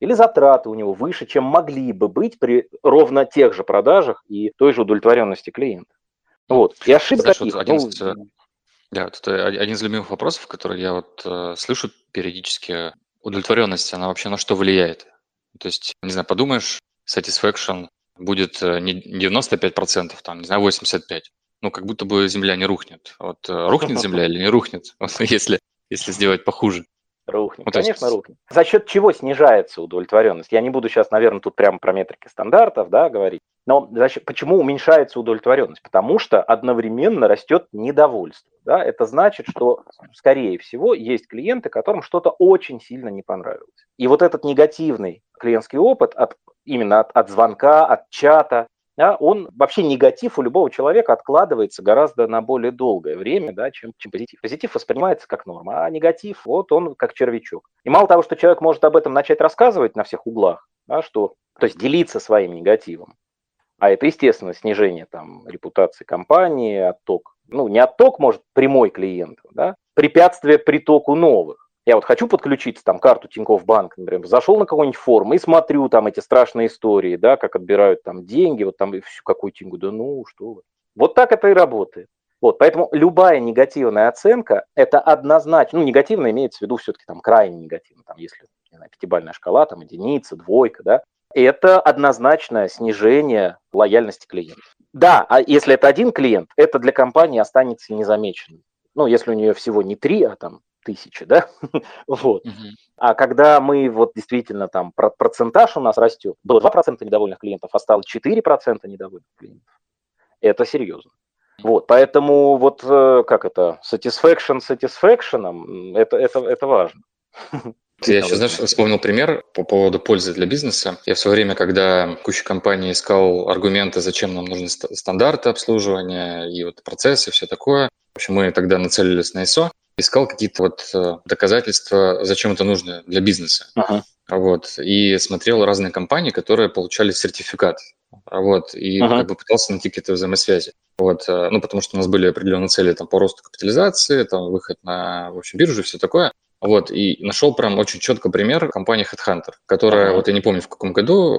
или затраты у него выше, чем могли бы быть при ровно тех же продажах и той же удовлетворенности клиента. Вот. И ошибок Знаешь, вот таких, один ну, из, э, да, вот это о- один из любимых вопросов, который я вот э, слышу периодически. Удовлетворенность, она вообще на что влияет? То есть, не знаю, подумаешь, satisfaction будет э, не девяносто пять процентов, там, не знаю, восемьдесят пять процентов. Ну, как будто бы земля не рухнет. Вот э, рухнет земля или не рухнет, вот, если, если сделать похуже. рухнет, Ну, то конечно, есть, рухнет. За счет чего снижается удовлетворенность? Я не буду сейчас, наверное, тут прямо про метрики стандартов, да, говорить. Но за счет, почему уменьшается удовлетворенность? Потому что одновременно растет недовольство. Да? Это значит, что, скорее всего, есть клиенты, которым что-то очень сильно не понравилось. И вот этот негативный клиентский опыт от, именно от, от звонка, от чата, да, он вообще негатив у любого человека откладывается гораздо на более долгое время, да, чем, чем позитив. Позитив воспринимается как норма, а негатив, вот он как червячок. И мало того, что человек может об этом начать рассказывать на всех углах, да, что, то есть делиться своим негативом, а это, естественно, снижение там, репутации компании, отток, ну, не отток, может, прямой клиентов, да, препятствие притоку новых. Я вот хочу подключиться, там, карту Тинькофф Банк, например, зашел на какой-нибудь форум и смотрю там эти страшные истории, да, как отбирают там деньги, вот там и всю какую Тиньку, да ну, что вы. Вот так это и работает. Вот, поэтому любая негативная оценка, это однозначно, ну, негативно имеется в виду все-таки там крайне негативно, там, если, не знаю, пятибалльная шкала, там, единица, двойка, да, это однозначное снижение лояльности клиентов. Да, а если это один клиент, это для компании останется незамеченным. Ну, если у нее всего не три, а там тысячи, да, вот. мгм. А когда мы вот действительно там процентаж у нас растет, было два процента недовольных клиентов, а стало четыре процента недовольных клиентов, это серьезно. Вот, поэтому вот э, как это, satisfaction satisfaction, это, это, это важно. Я еще, знаешь, вспомнил пример по поводу пользы для бизнеса. Я в свое время, когда куча компаний искал аргументы, зачем нам нужны ст- стандарты обслуживания и вот процессы, все такое. В общем, мы тогда нацелились на ай эс о, искал какие-то вот э, доказательства, зачем это нужно для бизнеса. Uh-huh. Вот. И смотрел разные компании, которые получали сертификат. Вот. И Uh-huh. как бы пытался найти какие-то взаимосвязи. Вот. э, Ну, потому что у нас были определенные цели там, по росту капитализации, там, выход на, в общем, биржу, все такое. Вот, и нашел прям очень четко пример компании HeadHunter, которая, Uh-huh. вот я не помню в каком году,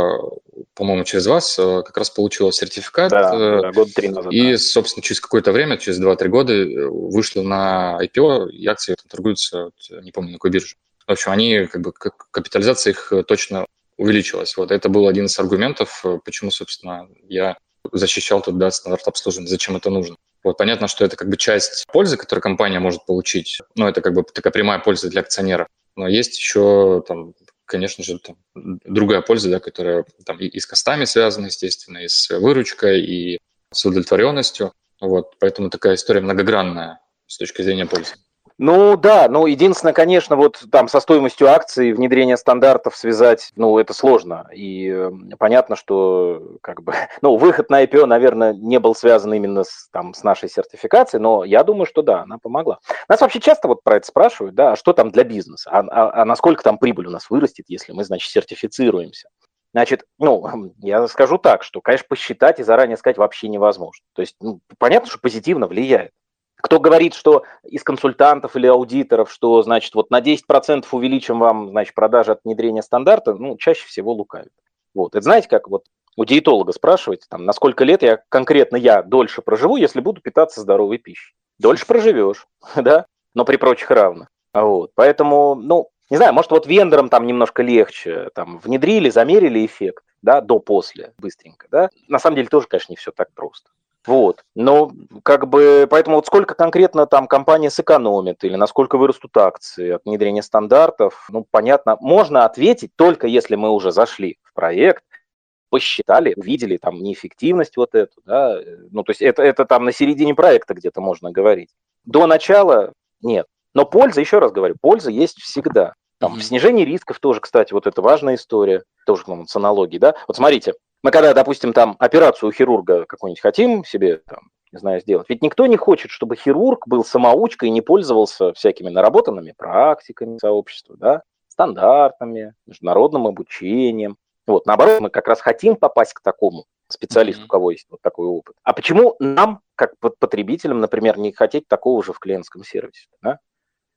э, по-моему, через вас э, как раз получила сертификат, Да, э, да, года три назад. и, Да. собственно, через какое-то время, через два-три года э, вышла на ай пи о, и акции там торгуются, вот, не помню, на какой бирже. В общем, они, как бы, как- капитализация их э, точно увеличилась. Вот это был один из аргументов, э, почему, собственно, я защищал тут, да, стандарт обслуживания, зачем это нужно. Вот понятно, что это как бы часть пользы, которую компания может получить. Ну, это как бы такая прямая польза для акционеров. Но есть еще, там, конечно же, там, другая польза, да, которая там и, и с костами связана, естественно, и с выручкой, и с удовлетворенностью. Вот, поэтому такая история многогранная с точки зрения пользы. Ну да, ну единственное, конечно, вот там со стоимостью акций внедрение стандартов связать, ну это сложно. И э, понятно, что как бы, ну выход на ай пи о, наверное, не был связан именно с, там, с нашей сертификацией, но я думаю, что да, она помогла. Нас вообще часто вот про это спрашивают, да, а что там для бизнеса, а, а, а насколько там прибыль у нас вырастет, если мы, значит, сертифицируемся. Значит, ну, я скажу так, что, конечно, посчитать и заранее сказать вообще невозможно. То есть, ну, понятно, что позитивно влияет. Кто говорит, что из консультантов или аудиторов, что, значит, вот на десять процентов увеличим вам, значит, продажи от внедрения стандарта, ну, чаще всего лукавит. Вот. Это знаете, как вот у диетолога спрашивать, там, на сколько лет я, конкретно я, дольше проживу, если буду питаться здоровой пищей. Дольше проживешь, да, но при прочих равных. Вот. Поэтому, ну, не знаю, может, вот вендорам там немножко легче, там, внедрили, замерили эффект, да, до-после, быстренько, да. На самом деле тоже, конечно, не все так просто. Вот. Но как бы, поэтому вот сколько конкретно там компания сэкономит или насколько вырастут акции от внедрения стандартов, ну, понятно, можно ответить только если мы уже зашли в проект, посчитали, увидели там неэффективность вот эту, да, ну, то есть это, это там на середине проекта где-то можно говорить. До начала нет. Но польза, еще раз говорю, польза есть всегда. Там, в снижении рисков тоже, кстати, вот это важная история, тоже ну, с аналогией, да. Вот смотрите, мы когда, допустим, там операцию у хирурга какую-нибудь хотим себе, там, не знаю, сделать, ведь никто не хочет, чтобы хирург был самоучкой и не пользовался всякими наработанными практиками сообщества, да, стандартами, международным обучением. Вот, наоборот, мы как раз хотим попасть к такому специалисту, у кого есть вот такой опыт. А почему нам, как потребителям, например, не хотеть такого же в клиентском сервисе, да?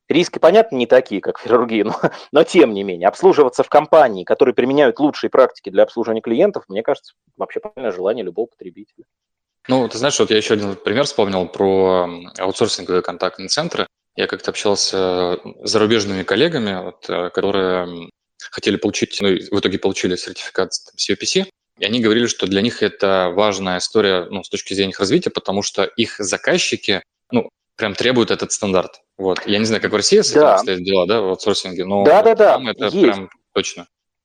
Риски, понятно, не такие, как в хирургии, но, но тем не менее, обслуживаться в компании, которые применяют лучшие практики для обслуживания клиентов, мне кажется, вообще правильное желание любого потребителя. Ну, ты знаешь, вот я еще один пример вспомнил про аутсорсинговые контактные центры. Я как-то общался с зарубежными коллегами, вот, которые хотели получить, ну, в итоге получили сертификат си о пи си, и они говорили, что для них это важная история, ну, с точки зрения их развития, потому что их заказчики, ну, прям требуют этот стандарт. Вот. Я не знаю, как в России с этим Да. обстоят дела, да, в аутсорсинге, но Да, вот да, да, там это есть. прям точно.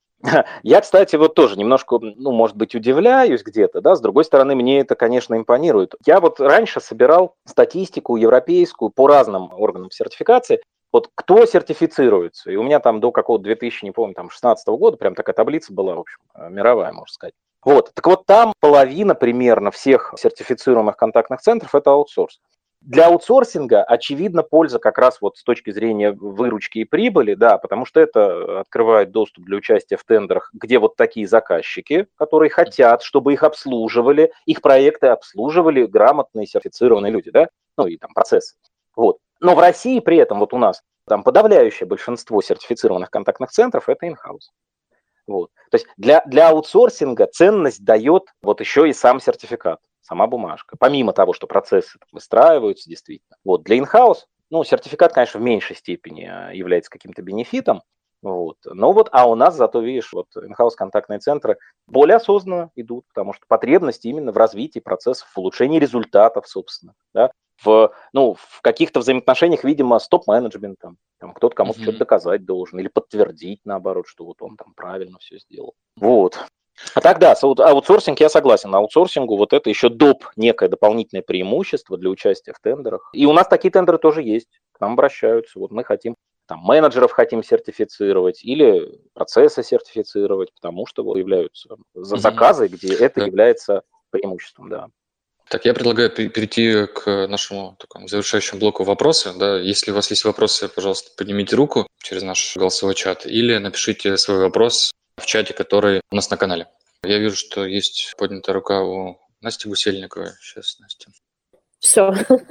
Я, кстати, вот тоже немножко, ну, может быть, удивляюсь где-то, да, с другой стороны, мне это, конечно, импонирует. Я вот раньше собирал статистику европейскую по разным органам сертификации, вот кто сертифицируется, и у меня там до какого-то две тысячи, не помню, там, шестнадцатого года прям такая таблица была, в общем, мировая, можно сказать. Вот, так вот там половина примерно всех сертифицируемых контактных центров – это аутсорс. Для аутсорсинга, очевидно, польза как раз вот с точки зрения выручки и прибыли, да, потому что это открывает доступ для участия в тендерах, где вот такие заказчики, которые хотят, чтобы их обслуживали, их проекты обслуживали грамотные, сертифицированные люди, да, ну и там процессы. Вот. Но в России при этом вот у нас там подавляющее большинство сертифицированных контактных центров – это in-house. Вот. То есть для, для аутсорсинга ценность дает вот еще и сам сертификат, сама бумажка. Помимо того, что процессы выстраиваются действительно. Вот. Для in-house, ну, сертификат, конечно, в меньшей степени является каким-то бенефитом. Вот. Но вот, а у нас зато, видишь, вот in-house контактные центры более осознанно идут, потому что потребности именно в развитии процессов, в улучшении результатов, собственно, да, в, ну, в каких-то взаимоотношениях, видимо, с топ-менеджментом. Там кто-то кому-то uh-huh. что-то доказать должен или подтвердить, наоборот, что вот он там правильно все сделал. Вот. А тогда аутсорсинг, я согласен, аутсорсингу вот это еще доп. Некое дополнительное преимущество для участия в тендерах. И у нас такие тендеры тоже есть, к нам обращаются. Вот мы хотим, там, менеджеров хотим сертифицировать или процессы сертифицировать, потому что вот являются uh-huh. заказы, где это uh-huh. является преимуществом, да. Так, я предлагаю перейти к нашему такому завершающему блоку вопросы. Да, если у вас есть вопросы, пожалуйста, поднимите руку через наш голосовой чат или напишите свой вопрос в чате, который у нас на канале. Я вижу, что есть поднятая рука у Насти Гусельниковой. Сейчас, Настя. Все.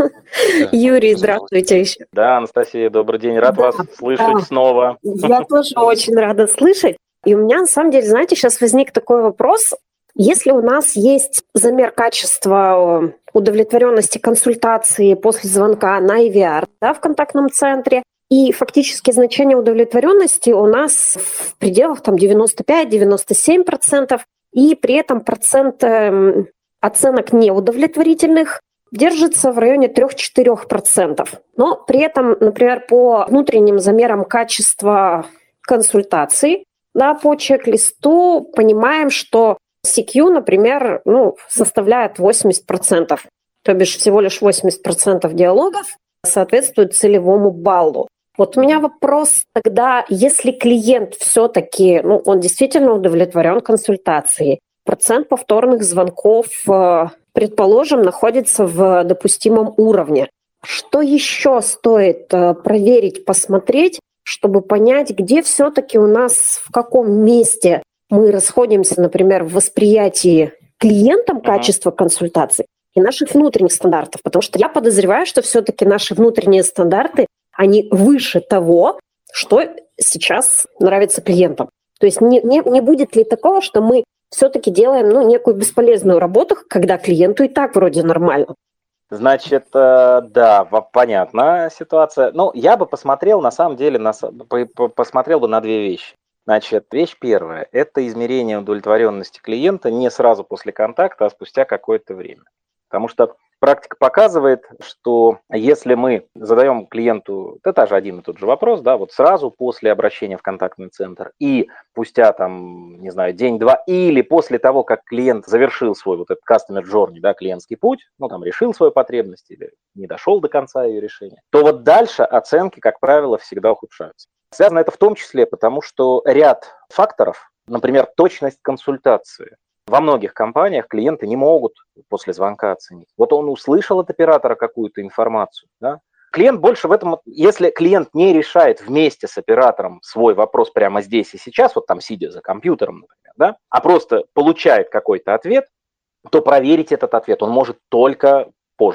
Да, Юрий, здравствуйте еще. Да, Анастасия, добрый день. Рад да, вас слышать да. снова. Я тоже очень рада слышать. И у меня, на самом деле, знаете, сейчас возник такой вопрос. Если у нас есть замер качества удовлетворенности консультации после звонка на ай ви ар, да, в контактном центре, и фактически значение удовлетворенности у нас в пределах там, девяносто пять - девяносто семь процентов, и при этом процент э, оценок неудовлетворительных держится в районе три-четыре процента. Но при этом, например, по внутренним замерам качества консультаций, да, по чек-листу понимаем, что си кью, например, ну, составляет восемьдесят процентов, то бишь всего лишь восемьдесят процентов диалогов соответствует целевому баллу. Вот у меня вопрос тогда, если клиент все-таки, ну, он действительно удовлетворен консультацией, процент повторных звонков, предположим, находится в допустимом уровне, что еще стоит проверить, посмотреть, чтобы понять, где все-таки у нас, в каком месте мы расходимся, например, в восприятии клиентам качества консультаций и наших внутренних стандартов, потому что я подозреваю, что все-таки наши внутренние стандарты, они выше того, что сейчас нравится клиентам. То есть не, не, не будет ли такого, что мы все-таки делаем ну, некую бесполезную работу, когда клиенту и так вроде нормально? Значит, да, понятна ситуация. Ну, я бы посмотрел, на самом деле, на, посмотрел бы на две вещи. Значит, вещь первая – это измерение удовлетворенности клиента не сразу после контакта, а спустя какое-то время. Потому что практика показывает, что если мы задаем клиенту, это же один и тот же вопрос, да, вот сразу после обращения в контактный центр и спустя там, не знаю, день-два, или после того, как клиент завершил свой вот этот customer journey, да, клиентский путь, ну там решил свою потребность или не дошел до конца ее решения, то вот дальше оценки, как правило, всегда ухудшаются. Связано это в том числе потому, что ряд факторов, например, точность консультации. Во многих компаниях клиенты не могут после звонка оценить. Вот он услышал от оператора какую-то информацию. Да? Клиент больше в этом, если клиент не решает вместе с оператором свой вопрос прямо здесь и сейчас, вот там сидя за компьютером, например, да, а просто получает какой-то ответ, то проверить этот ответ он может только позже.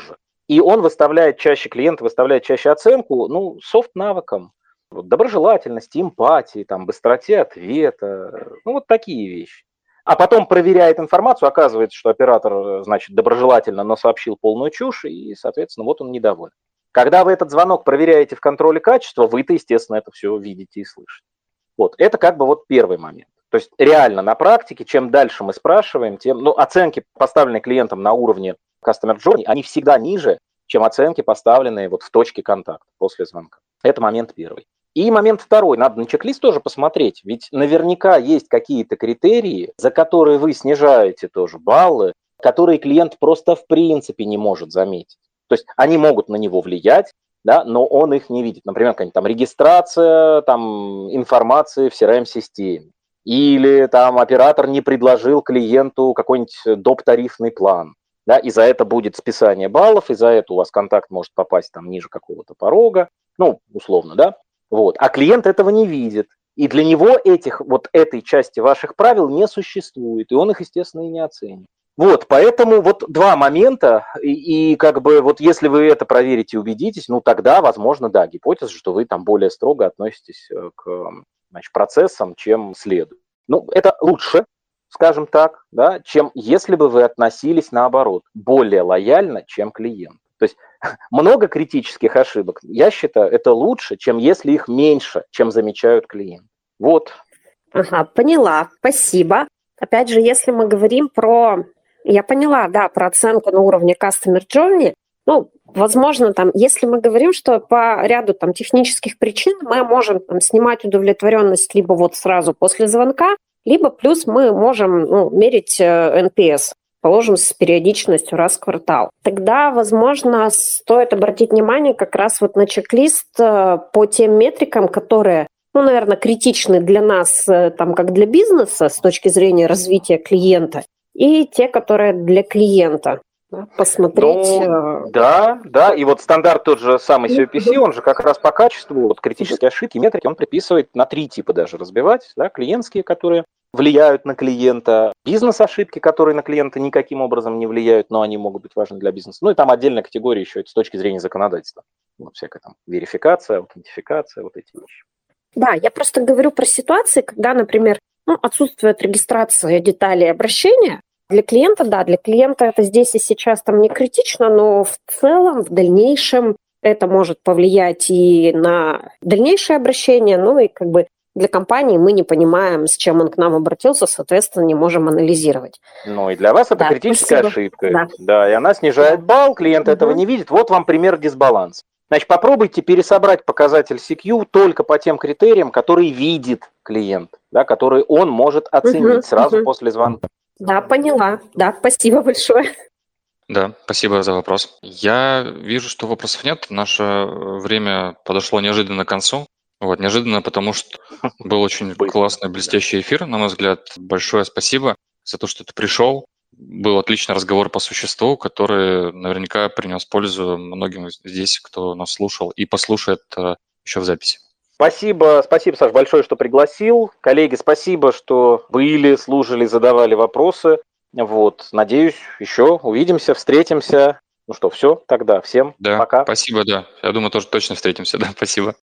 И он выставляет чаще, клиент выставляет чаще оценку, ну, софт-навыкам, вот, доброжелательности, эмпатии, там, быстроте ответа, ну, вот такие вещи. А потом проверяет информацию, оказывается, что оператор, значит, доброжелательно, но сообщил полную чушь, и, соответственно, вот он недоволен. Когда вы этот звонок проверяете в контроле качества, вы-то, естественно, это все видите и слышите. Вот, это как бы вот первый момент. То есть реально на практике, чем дальше мы спрашиваем, тем, ну, оценки, поставленные клиентам на уровне Customer Journey, они всегда ниже, чем оценки, поставленные вот в точке контакта после звонка. Это момент первый. И момент второй. Надо на чек-лист тоже посмотреть. Ведь наверняка есть какие-то критерии, за которые вы снижаете тоже баллы, которые клиент просто в принципе не может заметить. То есть они могут на него влиять, да, но он их не видит. Например, какая-нибудь там регистрация там, информации в си ар эм-системе. Или там оператор не предложил клиенту какой-нибудь доп-тарифный план. Да, и за это будет списание баллов, и за это у вас контакт может попасть там ниже какого-то порога, ну, условно, да. Вот. А клиент этого не видит. И для него этих, вот этой части ваших правил не существует. И он их, естественно, и не оценит. Вот, поэтому вот два момента. И, и как бы вот если вы это проверите и убедитесь, ну тогда, возможно, да, гипотеза, что вы там более строго относитесь к, значит, процессам, чем следует. Ну, это лучше, скажем так, да, чем если бы вы относились наоборот, более лояльно, чем клиент. То есть много критических ошибок, я считаю, это лучше, чем если их меньше, чем замечают клиенты. Вот. Ага, поняла, спасибо. Опять же, если мы говорим про, я поняла, да, про оценку на уровне Customer Journey, ну, возможно, там, если мы говорим, что по ряду там технических причин мы можем там снимать удовлетворенность либо вот сразу после звонка, либо плюс мы можем, ну, мерить эн пи эс. Положим, с периодичностью раз в квартал. Тогда, возможно, стоит обратить внимание как раз вот на чек-лист по тем метрикам, которые, ну, наверное, критичны для нас, там, как для бизнеса с точки зрения развития клиента, и те, которые для клиента. Посмотреть. Ну, да, да, и вот стандарт тот же самый си о пи си, он же как раз по качеству, вот критические ошибки, метрики, он приписывает на три типа даже разбивать, да, клиентские, которые влияют на клиента, бизнес-ошибки, которые на клиента никаким образом не влияют, но они могут быть важны для бизнеса. Ну и там отдельная категория еще это с точки зрения законодательства. Вот всякая там верификация, аутентификация, вот эти вещи. Да, я просто говорю про ситуации, когда, например, ну, отсутствует регистрация деталей обращения. Для клиента, да, для клиента это здесь и сейчас там не критично, но в целом, в дальнейшем это может повлиять и на дальнейшее обращение, ну и как бы для компании мы не понимаем, с чем он к нам обратился, соответственно, не можем анализировать. Ну и для вас это да, критическая спасибо. ошибка. Да. да, и она снижает балл, клиент угу. этого не видит. Вот вам пример дисбаланса. Значит, попробуйте пересобрать показатель си кью только по тем критериям, которые видит клиент, да, которые он может оценить угу. сразу угу. после звонка. Да, поняла. Да, спасибо большое. Да, спасибо за вопрос. Я вижу, что вопросов нет. Наше время подошло неожиданно к концу. Вот, неожиданно, потому что был очень классный, блестящий эфир, на мой взгляд. Большое спасибо за то, что ты пришел. Был отличный разговор по существу, который наверняка принес пользу многим здесь, кто нас слушал и послушает еще в записи. Спасибо, спасибо, Саш, большое, что пригласил. Коллеги, спасибо, что были, слушали, задавали вопросы. Вот, надеюсь, еще увидимся, встретимся. Ну что, все, тогда всем да, пока. Спасибо, да. Я думаю, тоже точно встретимся, да, спасибо.